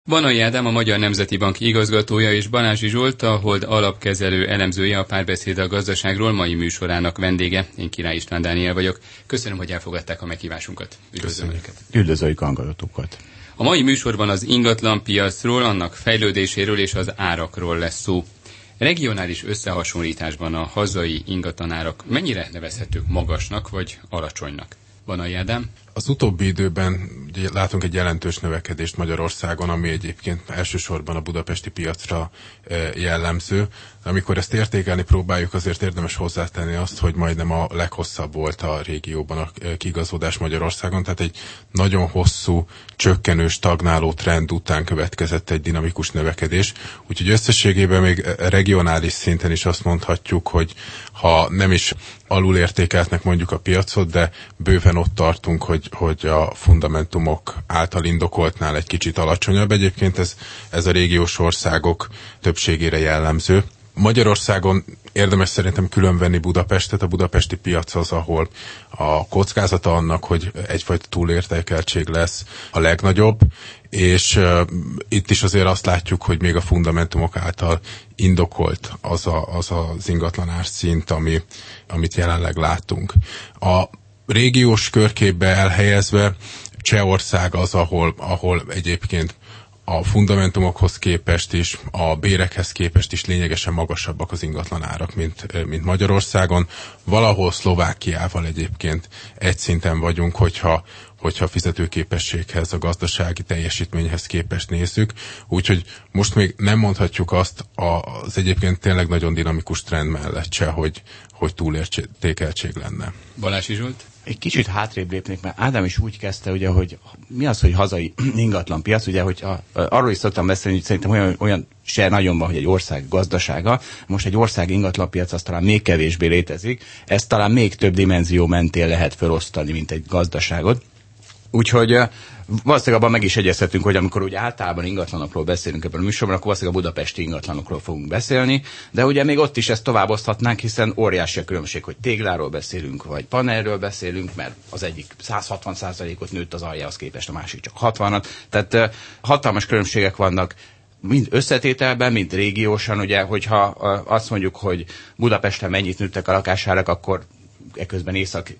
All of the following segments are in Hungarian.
Banai Ádám, a Magyar Nemzeti Bank igazgatója, és Balázsi Zsolt, a Hold alapkezelő elemzője, a Párbeszéd a gazdaságról mai műsorának vendége. Én Király István Dániel vagyok. Köszönöm, hogy elfogadták a meghívásunkat. Üdvözlöm Önöket. Üdvözöljük a hallgatókat. A mai műsorban az ingatlanpiacról, annak fejlődéséről és az árakról lesz szó. Regionális összehasonlításban a hazai ingatlanárak mennyire nevezhetők magasnak vagy alacsonynak? Banai Ádám? Az utóbbi időben látunk egy jelentős növekedést Magyarországon, ami egyébként elsősorban a budapesti piacra jellemző. Amikor ezt értékelni próbáljuk, azért érdemes hozzátenni azt, hogy majdnem a leghosszabb volt a régióban a kiigazodás Magyarországon, tehát egy nagyon hosszú, csökkenő, stagnáló trend után következett egy dinamikus növekedés. Úgyhogy összességében még regionális szinten is azt mondhatjuk, hogy ha nem is alulértékeltnek mondjuk a piacot, de bőven ott tartunk, hogy a fundamentumok által indokoltnál egy kicsit alacsonyabb. Egyébként ez a régiós országok többségére jellemző. Magyarországon érdemes szerintem különvenni Budapestet. A budapesti piac az, ahol a kockázata annak, hogy egyfajta túlértékeltség lesz, a legnagyobb, és itt is azért azt látjuk, hogy még a fundamentumok által indokolt az ingatlan árszint, amit jelenleg látunk. A régiós körképbe elhelyezve Csehország az, ahol egyébként a fundamentumokhoz képest is, a bérekhez képest is lényegesen magasabbak az ingatlanárak, mint Magyarországon. Valahol Szlovákiával egyébként egy szinten vagyunk, hogyha a fizetőképességhez, a gazdasági teljesítményhez képest nézzük. Úgyhogy most még nem mondhatjuk azt az egyébként tényleg nagyon dinamikus trend mellett se, hogy túlértékeltség lenne. Balázsi Zsolt? Egy kicsit hátrébb lépnék, mert Ádám is úgy kezdte, ugye, hogy mi az, hogy hazai ingatlanpiac, ugye, hogy arról is szoktam beszélni, hogy szerintem olyan se nagyon van, hogy egy ország gazdasága. Most egy ország ingatlanpiac az talán még kevésbé létezik, ezt talán még több dimenzió mentén lehet felosztani, mint egy gazdaságot. Úgyhogy valószínűleg abban meg is egyezhetünk, hogy amikor ugye általában ingatlanokról beszélünk ebben a műsorban, akkor valószínűleg a budapesti ingatlanokról fogunk beszélni, de ugye még ott is ezt tovább oszthatnánk, hiszen óriási a különbség, hogy tégláról beszélünk, vagy panelről beszélünk, mert az egyik 160%-ot nőtt az aljához képest, a másik csak 60-at. Tehát hatalmas különbségek vannak, mind összetételben, mind régiósan, ugye, hogyha azt mondjuk, hogy Budapesten mennyit nőttek a lakásárak, akkor eközben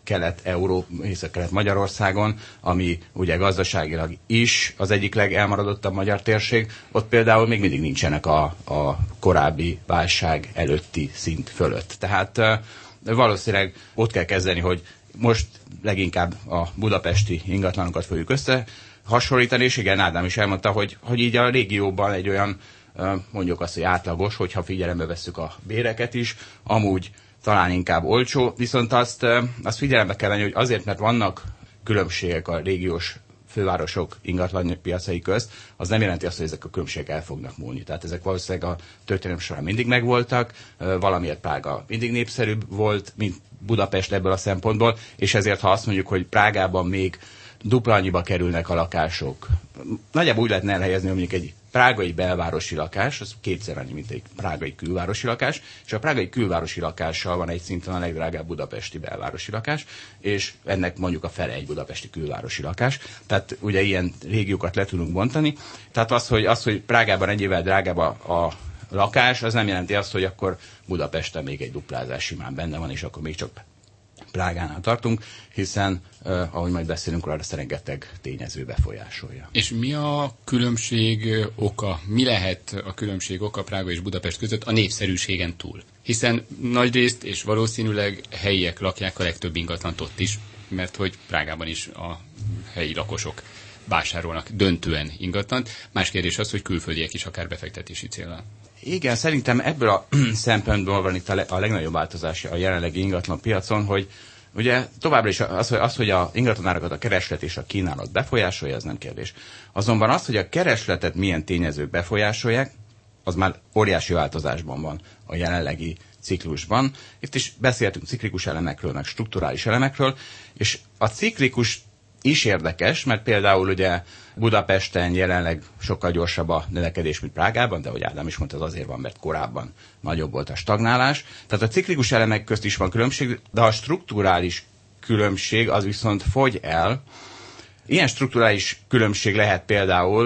Észak-Kelet Magyarországon, ami ugye gazdaságilag is az egyik legelmaradottabb magyar térség, ott például még mindig nincsenek a korábbi válság előtti szint fölött. Tehát valószínűleg ott kell kezdeni, hogy most leginkább a budapesti ingatlanokat fogjuk összehasonlítani, és igen, Ádám is elmondta, hogy így a régióban egy olyan, mondjuk azt, hogy átlagos, hogyha figyelembe vesszük a béreket is, amúgy talán inkább olcsó, viszont azt figyelembe kell venni, hogy azért, mert vannak különbségek a régiós fővárosok ingatlanpiacai közt, az nem jelenti azt, hogy ezek a különbségek el fognak múlni. Tehát ezek valószínűleg a történelem során mindig megvoltak, valamiért Prága mindig népszerűbb volt, mint Budapest ebből a szempontból, és ezért, ha azt mondjuk, hogy Prágában még dupla annyiba kerülnek a lakások, nagyjából úgy lehetne elhelyezni, hogy mondjuk egy prágai belvárosi lakás, az kétszer annyi, mint egy prágai külvárosi lakás, és a prágai külvárosi lakással van egy szinten a legdrágább budapesti belvárosi lakás, és ennek mondjuk a fele egy budapesti külvárosi lakás. Tehát ugye ilyen régiókat le tudunk bontani. Tehát az, hogy Prágában ennyivel drágább a lakás, az nem jelenti azt, hogy akkor Budapesten még egy duplázás simán benne van, és akkor még csak Prágánál tartunk, hiszen, ahogy majd beszélünk róla, ezt rengeteg tényező befolyásolja. És mi a különbség oka? Mi lehet a különbség oka Prága és Budapest között a népszerűségen túl? Hiszen nagyrészt és valószínűleg helyiek lakják a legtöbb ingatlant ott is, mert hogy Prágában is a helyi lakosok vásárolnak döntően ingatlant. Más kérdés az, hogy külföldiek is akár befektetési céllal. Igen, szerintem ebből a szempontból van itt a legnagyobb változás a jelenlegi ingatlan piacon, hogy ugye továbbra is az, hogy a ingatlanárakat a kereslet és a kínálat befolyásolja, ez nem kérdés. Azonban az, hogy a keresletet milyen tényezők befolyásolják, az már óriási változásban van a jelenlegi ciklusban. Itt is beszéltünk ciklikus elemekről, meg strukturális elemekről, és a ciklikus is érdekes, mert például ugye Budapesten jelenleg sokkal gyorsabb a növekedés, mint Prágában, de ahogy Ádám is mondta, az azért van, mert korábban nagyobb volt a stagnálás. Tehát a ciklikus elemek közt is van különbség, de a strukturális különbség az viszont fogy el. Ilyen strukturális különbség lehet például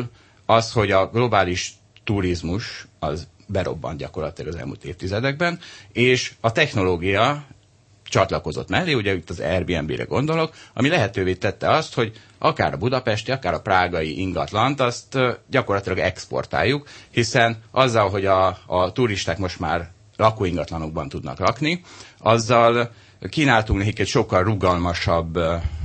az, hogy a globális turizmus az berobbant gyakorlatilag az elmúlt évtizedekben, és a technológia csatlakozott mellé, ugye itt az Airbnb-re gondolok, ami lehetővé tette azt, hogy akár a budapesti, akár a prágai ingatlant, azt gyakorlatilag exportáljuk, hiszen azzal, hogy a turisták most már lakóingatlanokban tudnak lakni, azzal kínáltunk nekik egy sokkal rugalmasabb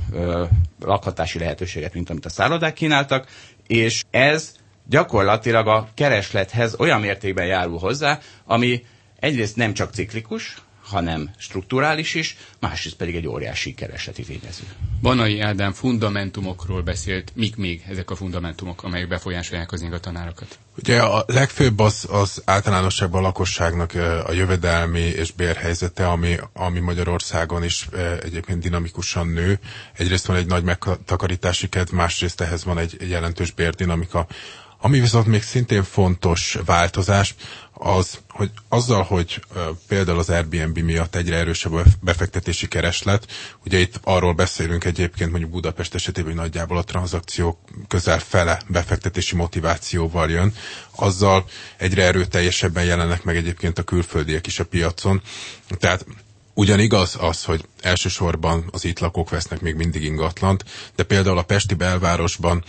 lakhatási lehetőséget, mint amit a szállodák kínáltak, és ez gyakorlatilag a kereslethez olyan mértékben járul hozzá, ami egyrészt nem csak ciklikus, hanem strukturális is, másrészt pedig egy óriási keresleti tényező. Banai Ádám fundamentumokról beszélt. Mik még ezek a fundamentumok, amelyek befolyásolják az ingatlanárakat? Ugye a legfőbb az általánosságban a lakosságnak a jövedelmi és bérhelyzete, ami Magyarországon is egyébként dinamikusan nő. Egyrészt van egy nagy megtakarítási kedv, másrészt ehhez van egy jelentős bérdinamika. Ami viszont még szintén fontos változás, az, hogy azzal, hogy például az Airbnb miatt egyre erősebb a befektetési kereslet, ugye itt arról beszélünk egyébként mondjuk Budapest esetében, hogy nagyjából a tranzakciók közel fele befektetési motivációval jön, azzal egyre erőteljesebben jelennek meg egyébként a külföldiek is a piacon. Tehát ugyan igaz az, hogy elsősorban az itt lakók vesznek még mindig ingatlant, de például a pesti belvárosban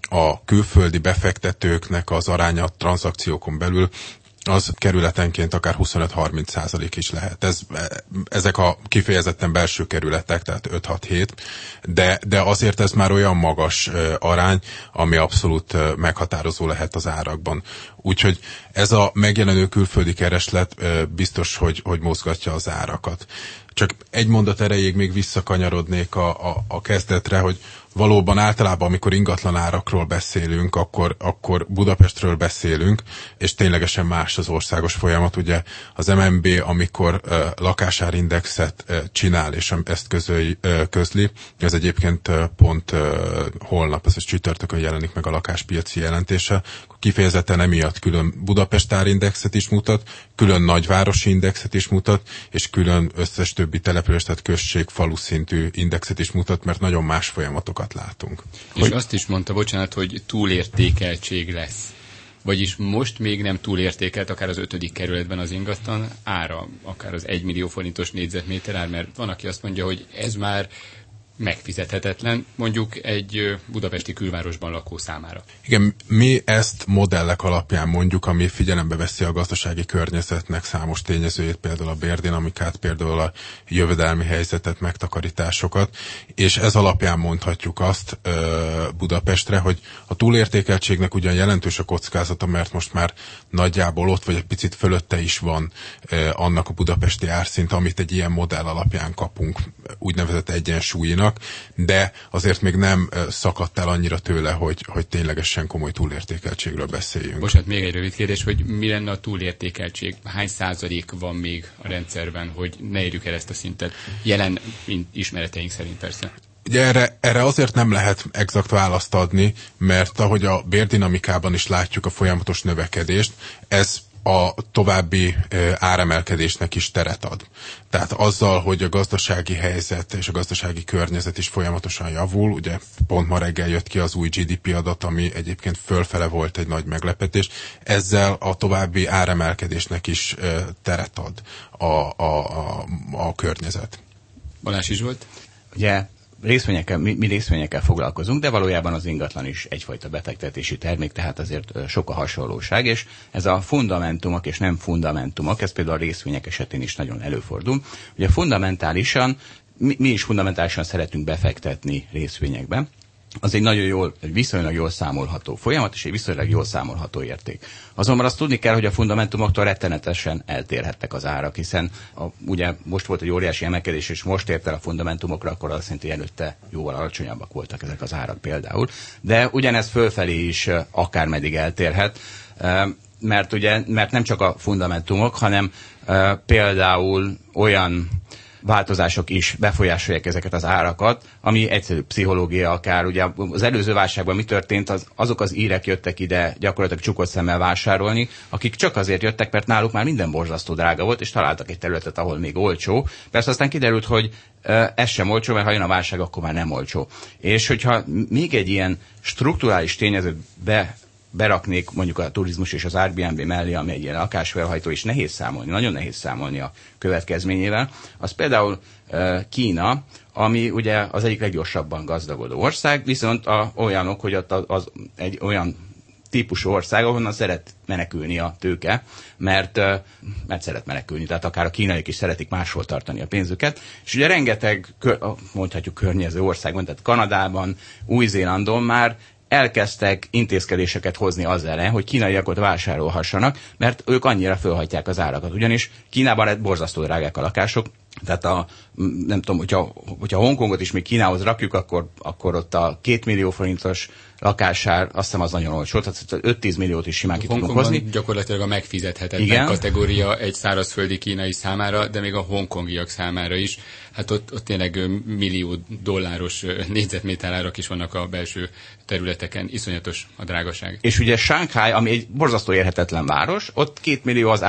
a külföldi befektetőknek az aránya a tranzakciókon belül az kerületenként akár 25-30% is lehet. Ezek a kifejezetten belső kerületek, tehát 5-6-7, de azért ez már olyan magas arány, ami abszolút meghatározó lehet az árakban. Úgyhogy ez a megjelenő külföldi kereslet biztos, hogy mozgatja az árakat. Csak egy mondat erejéig még visszakanyarodnék a kezdetre, hogy valóban általában, amikor ingatlan árakról beszélünk, akkor Budapestről beszélünk, és ténylegesen más az országos folyamat. Ugye az MNB, amikor lakásárindexet csinál, és ezt közli, ez egyébként pont holnap, ez csütörtökön jelenik meg a lakáspiaci jelentése, kifejezetten emiatt külön Budapest árindexet is mutat, külön nagyvárosi indexet is mutat, és külön összes többi település, tehát község, falu szintű indexet is mutat, mert nagyon más folyamatokat látunk. És azt is mondta, bocsánat, hogy túlértékeltség lesz. Vagyis most még nem túlértékelt, akár az 5. kerületben az ingatlan ára, akár az 1 millió forintos négyzetméter ár, mert van, aki azt mondja, hogy ez már megfizethetetlen, mondjuk egy budapesti külvárosban lakó számára. Igen, mi ezt modellek alapján mondjuk, ami figyelembe veszi a gazdasági környezetnek számos tényezőjét, például a bérdinamikát, például a jövedelmi helyzetet, megtakarításokat, és ez alapján mondhatjuk azt Budapestre, hogy a túlértékeltségnek ugyan jelentős a kockázata, mert most már nagyjából ott vagy egy picit fölötte is van annak a budapesti árszint, amit egy ilyen modell alapján kapunk, úgynevezett egyensúlyinak, de azért még nem szakadt el annyira tőle, hogy ténylegesen komoly túlértékeltségről beszéljünk. Bocsánat, még egy rövid kérdés, hogy mi lenne a túlértékeltség? Hány százalék van még a rendszerben, hogy ne érjük el ezt a szintet? Jelen ismereteink szerint persze. Ugye erre azért nem lehet exakt választ adni, mert ahogy a bérdinamikában is látjuk a folyamatos növekedést, ez a további áremelkedésnek is teret ad. Tehát azzal, hogy a gazdasági helyzet és a gazdasági környezet is folyamatosan javul, ugye pont ma reggel jött ki az új GDP adat, ami egyébként fölfele volt egy nagy meglepetés, ezzel a további áremelkedésnek is teret ad a környezet. Balázs is volt? Ugye mi részvényekkel foglalkozunk, de valójában az ingatlan is egyfajta befektetési termék, tehát azért sok a hasonlóság, és ez a fundamentumok és nem fundamentumok, ez például a részvények esetén is nagyon előfordul. Ugye fundamentálisan, mi is fundamentálisan szeretünk befektetni részvényekbe, az egy viszonylag jól számolható folyamat, és egy viszonylag jól számolható érték. Azonban azt tudni kell, hogy a fundamentumoktól rettenetesen eltérhettek az árak, hiszen ugye most volt egy óriási emelkedés, és most ért el a fundamentumokra, akkor azt jelenti, hogy előtte jóval alacsonyabbak voltak ezek az árak például. De ugyanez fölfelé is akármeddig eltérhet, mert nem csak a fundamentumok, hanem például olyan változások is befolyásolják ezeket az árakat, ami egyszerű pszichológia akár. Ugye az előző válságban mi történt, azok az írek jöttek ide gyakorlatilag csukott szemmel vásárolni, akik csak azért jöttek, mert náluk már minden borzasztó drága volt, és találtak egy területet, ahol még olcsó. Persze aztán kiderült, hogy ez sem olcsó, mert ha jön a válság, akkor már nem olcsó. És hogyha még egy ilyen strukturális tényezőt beraknék mondjuk a turizmus és az Airbnb mellé, ami egy ilyen lakásfelhajtó, és nehéz számolni, nagyon nehéz számolni a következményével, az például Kína, ami ugye az egyik leggyorsabban gazdagodó ország, viszont olyanok, hogy ott az egy olyan típusú ország, ahonnan szeret menekülni a tőke, mert szeret menekülni, tehát akár a kínaiak is szeretik máshol tartani a pénzüket, és ugye rengeteg, mondhatjuk környező országban, tehát Kanadában, Új-Zélandon már elkezdtek intézkedéseket hozni az ellen, hogy kínaiak ott vásárolhassanak, mert ők annyira fölhajtják az árakat. Ugyanis Kínában borzasztó drágák a lakások, tehát nem tudom, hogyha Hongkongot is még Kínához rakjuk, akkor ott a 2 millió forintos lakásár, azt hiszem az nagyon olcsó, tehát 5-10 milliót is simán ki tudunk hozni. Gyakorlatilag a megfizethetetlen kategória egy szárazföldi kínai számára, de még a hongkongiak számára is. Hát ott tényleg millió dolláros négyzetméter árak is vannak a belső területeken. Iszonyatos a drágaság. És ugye Shanghai, ami egy borzasztó érhetetlen város, ott 2 millió az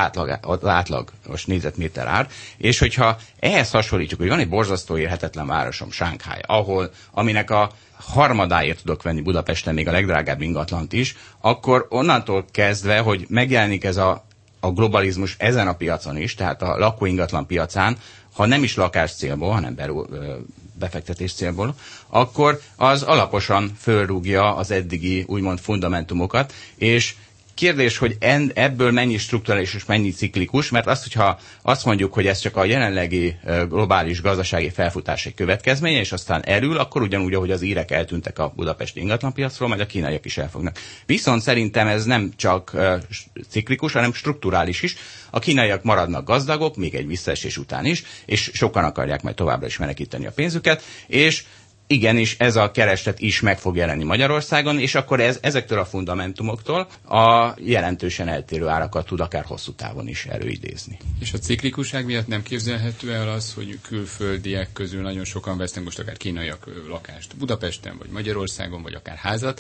átlagos négyzetméter ár, és hogyha ehhez hasonlítjuk, hogy van egy borzasztó érhetetlen városom, Shanghai, aminek a harmadáért tudok venni Budapesten még a legdrágább ingatlant is, akkor onnantól kezdve, hogy megjelenik ez a globalizmus ezen a piacon is, tehát a lakóingatlan piacán, ha nem is lakás célból, hanem befektetés célból, akkor az alaposan fölrúgja az eddigi úgymond fundamentumokat, és kérdés, hogy ebből mennyi strukturális és mennyi ciklikus, mert hogyha azt mondjuk, hogy ez csak a jelenlegi globális gazdasági felfutás egy következménye, és aztán erül, akkor ugyanúgy, ahogy az írek eltűntek a budapesti ingatlanpiacról, majd a kínaiak is elfognak. Viszont szerintem ez nem csak ciklikus, hanem strukturális is. A kínaiak maradnak gazdagok, még egy visszaesés után is, és sokan akarják majd továbbra is menekíteni a pénzüket, és igenis, ez a kereslet is meg fog jelenni Magyarországon, és akkor ezektől a fundamentumoktól a jelentősen eltérő árakat tud akár hosszú távon is előidézni. És a ciklikusság miatt nem képzelhető el az, hogy külföldiek közül nagyon sokan vesznek most akár kínaiak lakást Budapesten, vagy Magyarországon, vagy akár házat,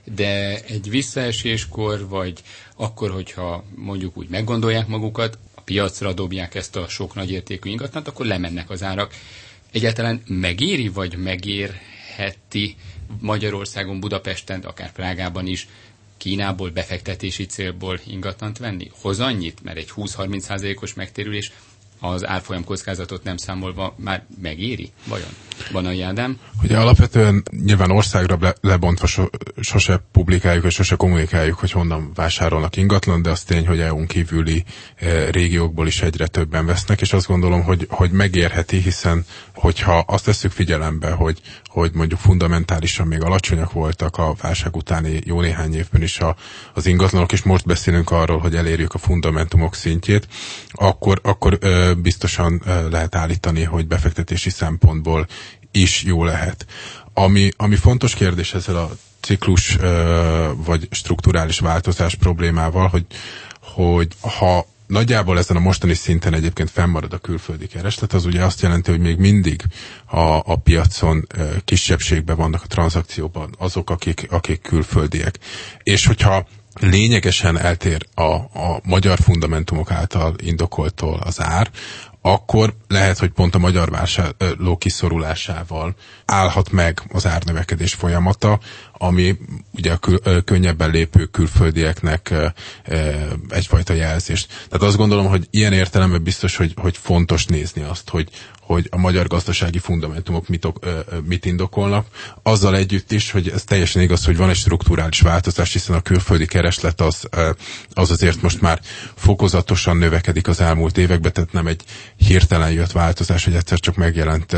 de egy visszaeséskor, vagy akkor, hogyha mondjuk úgy meggondolják magukat, a piacra dobják ezt a sok nagyértékű ingatlant, akkor lemennek az árak. Egyáltalán megéri, vagy megérheti Magyarországon, Budapesten, akár Prágában is Kínából befektetési célból ingatlant venni? Hoz annyit? Mert egy 20-30%-os megtérülés az árfolyam kockázatot nem számolva már megéri? Vajon? Banai Ádám? Ugye alapvetően nyilván országra lebontva sose publikáljuk, és sose kommunikáljuk, hogy honnan vásárolnak ingatlan, de az tény, hogy EU-n kívüli régiókból is egyre többen vesznek, és azt gondolom, hogy megérheti, hiszen hogyha azt vesszük figyelembe, hogy mondjuk fundamentálisan még alacsonyak voltak a válság utáni jó néhány évben is az ingatlanok, és most beszélünk arról, hogy elérjük a fundamentumok szintjét, akkor biztosan lehet állítani, hogy befektetési szempontból is jó lehet. Ami fontos kérdés ezzel a ciklus vagy strukturális változás problémával, hogy ha nagyjából ezen a mostani szinten egyébként fennmarad a külföldi kereslet, az ugye azt jelenti, hogy még mindig a piacon kisebbségben vannak a tranzakcióban azok, akik külföldiek. És hogyha lényegesen eltér a magyar fundamentumok által indokoltól az ár, akkor lehet, hogy pont a magyar vásárló kiszorulásával állhat meg az árnövekedés folyamata, ami ugye a könnyebben lépő külföldieknek egyfajta jelzést. Tehát azt gondolom, hogy ilyen értelemben biztos, hogy fontos nézni azt, hogy a magyar gazdasági fundamentumok mit indokolnak. Azzal együtt is, hogy ez teljesen igaz, hogy van egy strukturális változás, hiszen a külföldi kereslet az azért most már fokozatosan növekedik az elmúlt években, tehát nem egy hirtelen jött változás, hogy egyszer csak megjelent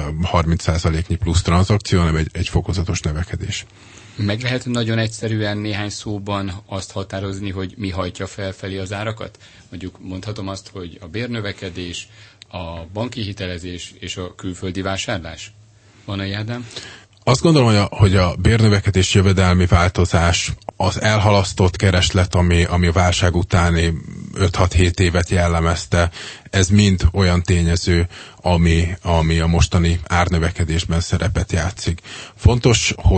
30%-nyi plusz tranzakció, hanem egy fokozatos növekedés. Meg lehet nagyon egyszerűen néhány szóban azt határozni, hogy mi hajtja felfelé az árakat? Mondjuk mondhatom azt, hogy a bérnövekedés, a banki hitelezés és a külföldi vásárlás? Banai Ádám? Azt gondolom, hogy a bérnövekedés, jövedelmi változás, az elhalasztott kereslet, ami a válság utáni 5-6-7 évet jellemezte, ez mind olyan tényező, ami a mostani árnövekedésben szerepet játszik. Fontos, hogy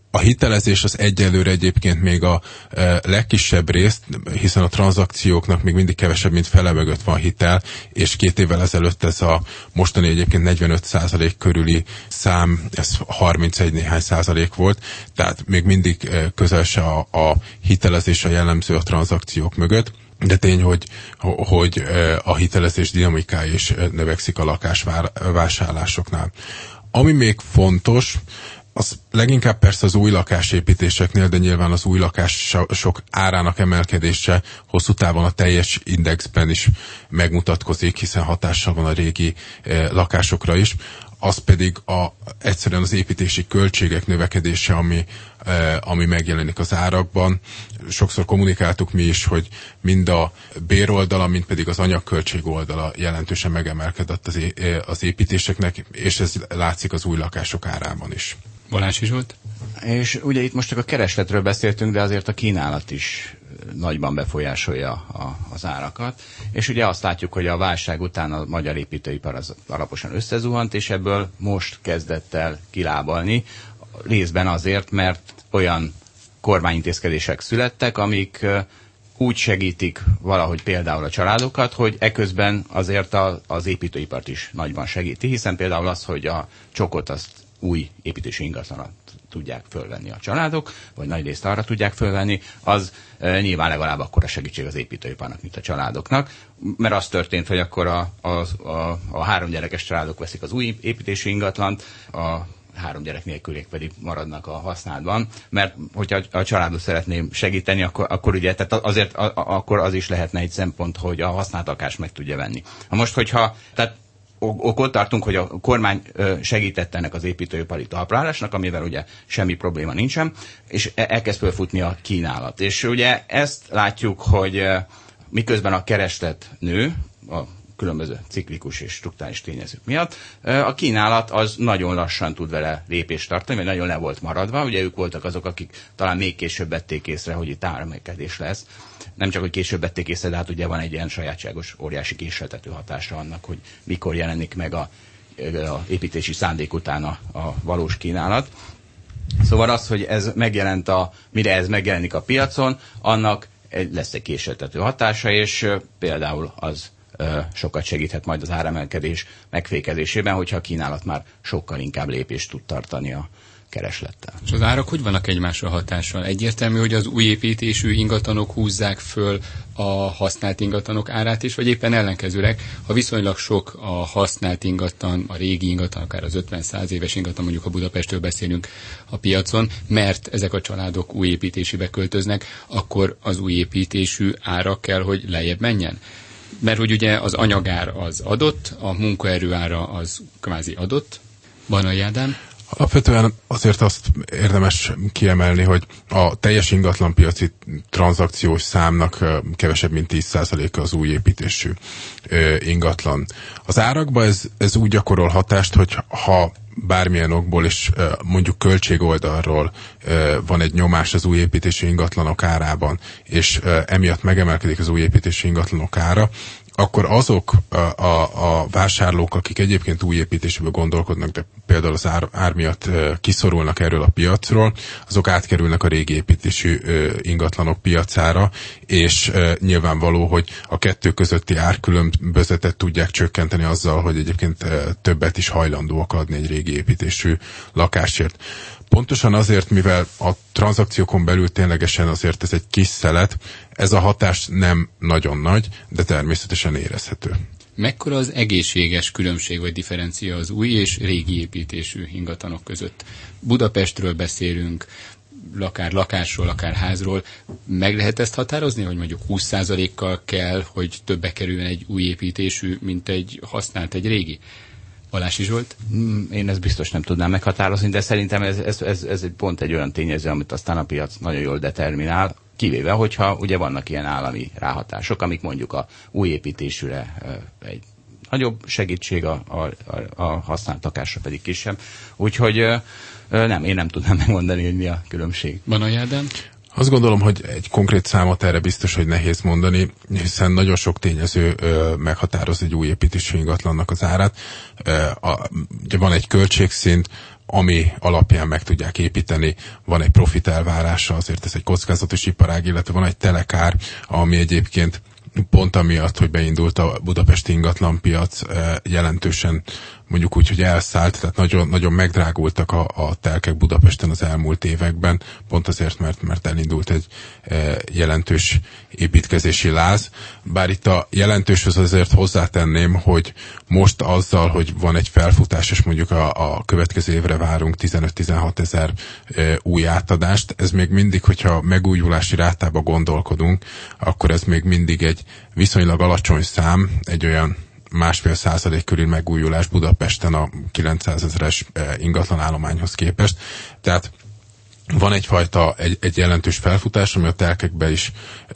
A hitelezés az egyelőre egyébként még a legkisebb részt, hiszen a tranzakcióknak még mindig kevesebb, mint fele mögött van hitel, és 2 évvel ezelőtt ez a mostani egyébként 45% körüli szám, ez 31 néhány százalék volt, tehát még mindig közel se a hitelezés a jellemző a tranzakciók mögött. De tény, hogy a hitelezés dinamikája is növekszik a lakásvásárlásoknál. Ami még fontos, az leginkább persze az új lakásépítéseknél, de nyilván az új lakások árának emelkedése hosszú távon a teljes indexben is megmutatkozik, hiszen hatással van a régi lakásokra is. Az pedig egyszerűen az építési költségek növekedése, ami megjelenik az árakban. Sokszor kommunikáltuk mi is, hogy mind a béroldala, mind pedig az anyagköltség oldala jelentősen megemelkedett az építéseknek, és ez látszik az új lakások árában is. Balási Zsolt? És ugye itt most csak a keresletről beszéltünk, de azért a kínálat is nagyban befolyásolja az árakat. És ugye azt látjuk, hogy a válság után a magyar építőipar az alaposan összezuhant, és ebből most kezdett el kilábalni. Részben azért, mert olyan kormányintézkedések születtek, amik úgy segítik valahogy például a családokat, hogy eközben azért az építőipart is nagyban segíti, hiszen például az, hogy a csokot azt új építési ingatlanat tudják fölvenni a családok, vagy nagy részt arra tudják fölvenni, az nyilván legalább akkora segítség az építőiparnak, mint a családoknak, mert az történt, hogy akkor a 3 gyerekes családok veszik az új építési ingatlant, a 3 gyerek nélküliek pedig maradnak a használatban, mert hogyha a családot szeretném segíteni, akkor ugye, tehát azért akkor az is lehetne egy szempont, hogy a használt lakást meg tudja venni. Most, hogyha, tehát ott tartunk, hogy a kormány segített ennek az építőipari talpraállásnak, amivel ugye semmi probléma nincsen, és elkezd fölfutni a kínálat. És ugye ezt látjuk, hogy miközben a kereslet nő, a különböző ciklikus és strukturális tényezők miatt, a kínálat az nagyon lassan tud vele lépést tartani, vagy nagyon le volt maradva. Ugye ők voltak azok, akik talán még később vették észre, hogy itt áremelkedés lesz. Nem csak, hogy később vették észre, de hát ugye van egy ilyen sajátságos, óriási késleltető hatása annak, hogy mikor jelenik meg a építési szándék után a valós kínálat. Szóval az, hogy ez megjelent mire ez megjelenik a piacon, annak lesz egy késleltető hatása, és például az sokat segíthet majd az áremelkedés megfékezésében, hogyha a kínálat már sokkal inkább lépést tud tartani a kereslettel. És az árak hogy vannak egymással hatással? Egyértelmű, hogy az új építésű ingatlanok húzzák föl a használt ingatlanok árát is, vagy éppen ellenkezőleg, ha viszonylag sok a használt ingatlan, a régi ingatlan, akár az 50-100 éves ingatlan, mondjuk a Budapestről beszélünk a piacon, mert ezek a családok új építésébe költöznek, akkor az új építésű ára kell, hogy lejjebb menjen? Mert hogy ugye az anyagár az adott, a munkaerő ára az kvázi adott. Banai Ádám? Alapvetően azért azt érdemes kiemelni, hogy a teljes ingatlanpiaci tranzakciós számnak kevesebb, mint 10%-a az új építésű ingatlan. Az árakban ez úgy gyakorol hatást, hogy ha bármilyen okból is mondjuk költségoldalról van egy nyomás az új építésű ingatlanok árában, és emiatt megemelkedik az új építésű ingatlanok ára, akkor azok a vásárlók, akik egyébként új építésből gondolkodnak, de például az ár miatt kiszorulnak erről a piacról, azok átkerülnek a régi építésű ingatlanok piacára, és nyilvánvaló, hogy a kettő közötti árkülönbözetet tudják csökkenteni azzal, hogy egyébként többet is hajlandóak adni egy régi építésű lakásért. Pontosan azért, mivel a tranzakciókon belül ténylegesen azért ez egy kis szelet, ez a hatás nem nagyon nagy, de természetesen érezhető. Mekkora az egészséges különbség vagy differencia az új és régi építésű ingatlanok között? Budapestről beszélünk, akár lakásról, akár házról. Meg lehet ezt határozni, hogy mondjuk 20%-kal kell, hogy többe kerüljön egy új építésű, mint egy használt, egy régi? Balási Zsolt? Én ezt biztos nem tudnám meghatározni, de szerintem ez pont egy olyan tényező, amit aztán a piac nagyon jól determinál, kivéve, hogyha ugye vannak ilyen állami ráhatások, amik mondjuk a új építésűre egy nagyobb segítség, a használt lakásra pedig kisebb. Úgyhogy én nem tudnám megmondani, hogy mi a különbség. Banai Ádám? Azt gondolom, hogy egy konkrét számot erre biztos, hogy nehéz mondani, hiszen nagyon sok tényező meghatároz egy új építésű ingatlannak az árát. Ugye van egy költségszint, ami alapján meg tudják építeni. Van egy profit elvárása, azért ez egy kockázatos iparág, illetve van egy telekár, ami egyébként pont amiatt, hogy beindult a budapesti ingatlanpiac, jelentősen mondjuk úgy, hogy elszállt, tehát nagyon, nagyon megdrágultak a telkek Budapesten az elmúlt években, pont azért, mert elindult egy jelentős építkezési láz. Bár itt a jelentőshöz azért hozzátenném, hogy most azzal, hogy van egy felfutás, és mondjuk a következő évre várunk 15-16 ezer új átadást, ez még mindig, hogyha megújulási rátába gondolkodunk, akkor ez még mindig egy viszonylag alacsony szám, egy olyan 1,5% körül megújulás Budapesten a 900 ezeres ingatlanállományhoz képest. Tehát van egyfajta, egy jelentős felfutás, ami a telkekben is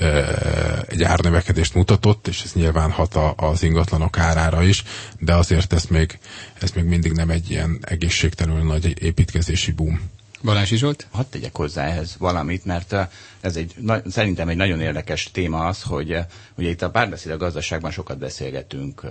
egy árnövekedést mutatott, és ez nyilván hat az ingatlanok árára is, de azért ez még mindig nem egy ilyen egészségtelenül nagy építkezési boom. Balázs Zsolt? Hadd tegyek hozzá ehhez valamit, mert ez szerintem egy nagyon érdekes téma az, hogy ugye itt a Párbeszéd a gazdaságban sokat beszélgetünk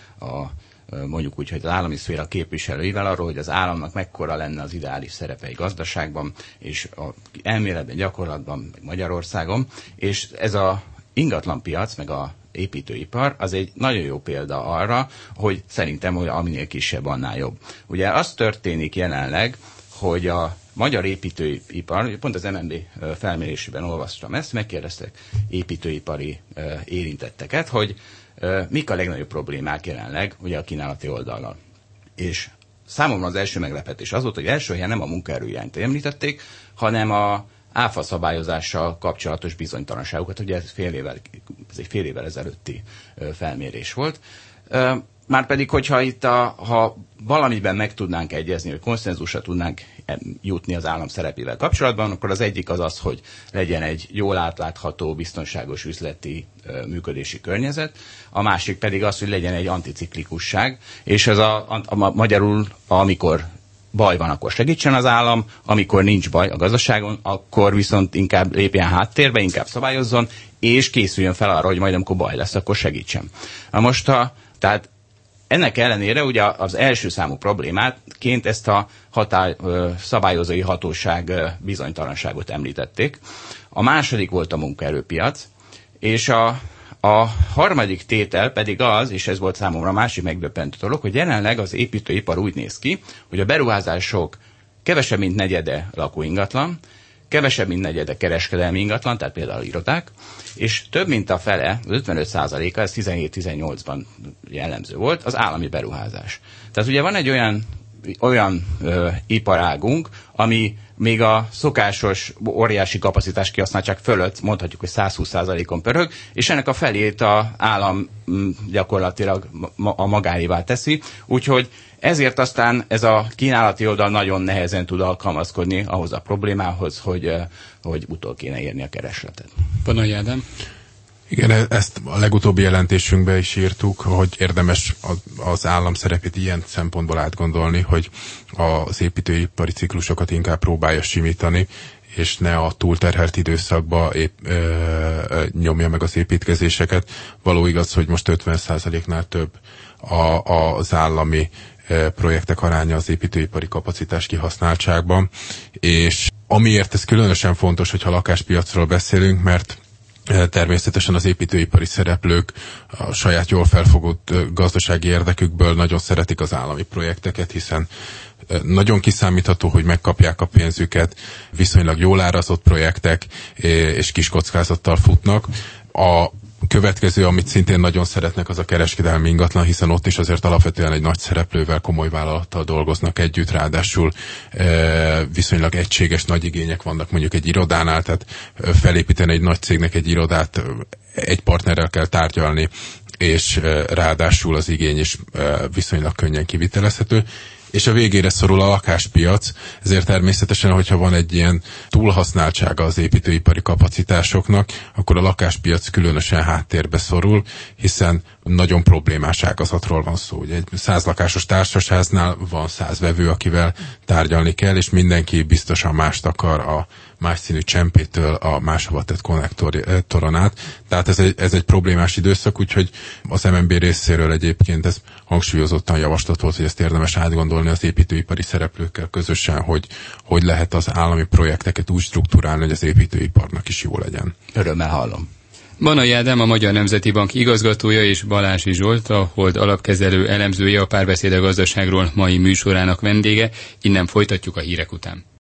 mondjuk úgy, hogy az állami szféra képviselőivel arról, hogy az államnak mekkora lenne az ideális szerepe egy gazdaságban, és elméletben, gyakorlatban, meg Magyarországon, és ez a ingatlanpiac, meg a építőipar, az egy nagyon jó példa arra, hogy szerintem, hogy aminél kisebb, annál jobb. Ugye az történik jelenleg, hogy a magyar építőipar, pont az MNB felmérésében olvastam ezt, megkérdeztek építőipari érintetteket, hogy mik a legnagyobb problémák jelenleg ugye a kínálati oldallal. És számomra az első meglepetés az volt, hogy első helyen nem a munkaerőhiányt említették, hanem a áfa szabályozással kapcsolatos bizonytalanságokat. Ugye ez egy fél évvel ezelőtti felmérés volt. Márpedig, hogyha itt ha valamiben meg tudnánk egyezni, hogy konszenzusra tudnánk jutni az állam szerepével kapcsolatban, akkor az egyik az, hogy legyen egy jól átlátható, biztonságos üzleti működési környezet, a másik pedig az, hogy legyen egy anticiklikusság, és ez magyarul, amikor baj van, akkor segítsen az állam, amikor nincs baj a gazdaságon, akkor viszont inkább lépjen háttérbe, inkább szabályozzon, és készüljön fel arra, hogy majd amikor baj lesz, akkor segítsen. Tehát ennek ellenére ugye az első számú problémátként ezt a szabályozói hatóság bizonytalanságot említették. A második volt a munkaerőpiac, és a harmadik tétel pedig az, és ez volt számomra a másik megdöbbentő dolog, hogy jelenleg az építőipar úgy néz ki, hogy a beruházások kevesebb, mint negyede lakóingatlan, kevesebb, mint negyede kereskedelmi ingatlan, tehát például irodák, és több, mint a fele, 55%-a, ez 17-18-ban jellemző volt, az állami beruházás. Tehát ugye van egy olyan iparágunk, ami még a szokásos óriási kapacitás kihasználtság fölött mondhatjuk, hogy 120%-on pörög, és ennek a felét az állam gyakorlatilag a magáévá teszi, úgyhogy ezért aztán ez a kínálati oldal nagyon nehezen tud alkalmazkodni ahhoz a problémához, hogy utol kéne érni a keresletet. Panay Ádám? Igen, ezt a legutóbbi jelentésünkben is írtuk, hogy érdemes az állam szerepét ilyen szempontból átgondolni, hogy az építőipari ciklusokat inkább próbálja simítani, és ne a túlterhelt időszakba nyomja meg az építkezéseket. Való igaz, hogy most 50%-nál több az állami projektek aránya az építőipari kapacitás kihasználtságban, és amiért ez különösen fontos, hogyha lakáspiacról beszélünk, mert természetesen az építőipari szereplők a saját jól felfogott gazdasági érdekükből nagyon szeretik az állami projekteket, hiszen nagyon kiszámítható, hogy megkapják a pénzüket, viszonylag jól árazott projektek és kis kockázattal futnak. A következő, amit szintén nagyon szeretnek, az a kereskedelmi ingatlan, hiszen ott is azért alapvetően egy nagy szereplővel, komoly vállalattal dolgoznak együtt, ráadásul viszonylag egységes nagy igények vannak mondjuk egy irodánál, tehát felépíteni egy nagy cégnek egy irodát egy partnerrel kell tárgyalni, és ráadásul az igény is viszonylag könnyen kivitelezhető. És a végére szorul a lakáspiac, ezért természetesen, hogyha van egy ilyen túlhasználtsága az építőipari kapacitásoknak, akkor a lakáspiac különösen háttérbe szorul, hiszen nagyon problémás ágazatról van szó. Ugye egy 100 lakásos társasháznál van 100 vevő, akivel tárgyalni kell, és mindenki biztosan mást akar a más színű csempétől a máshova tett konnektoron át. Tehát ez egy problémás időszak, úgyhogy az MNB részéről egyébként ez hangsúlyozottan javaslat volt, hogy ezt érdemes átgondolni az építőipari szereplőkkel közösen, hogy lehet az állami projekteket úgy strukturálni, hogy az építőiparnak is jó legyen. Örömmel hallom. Banai Ádám, a Magyar Nemzeti Bank igazgatója, és Balázsi Zsolt, a Hold alapkezelő elemzője, a Párbeszéd a gazdaságról mai műsorának vendége. Innen folytatjuk a hírek után.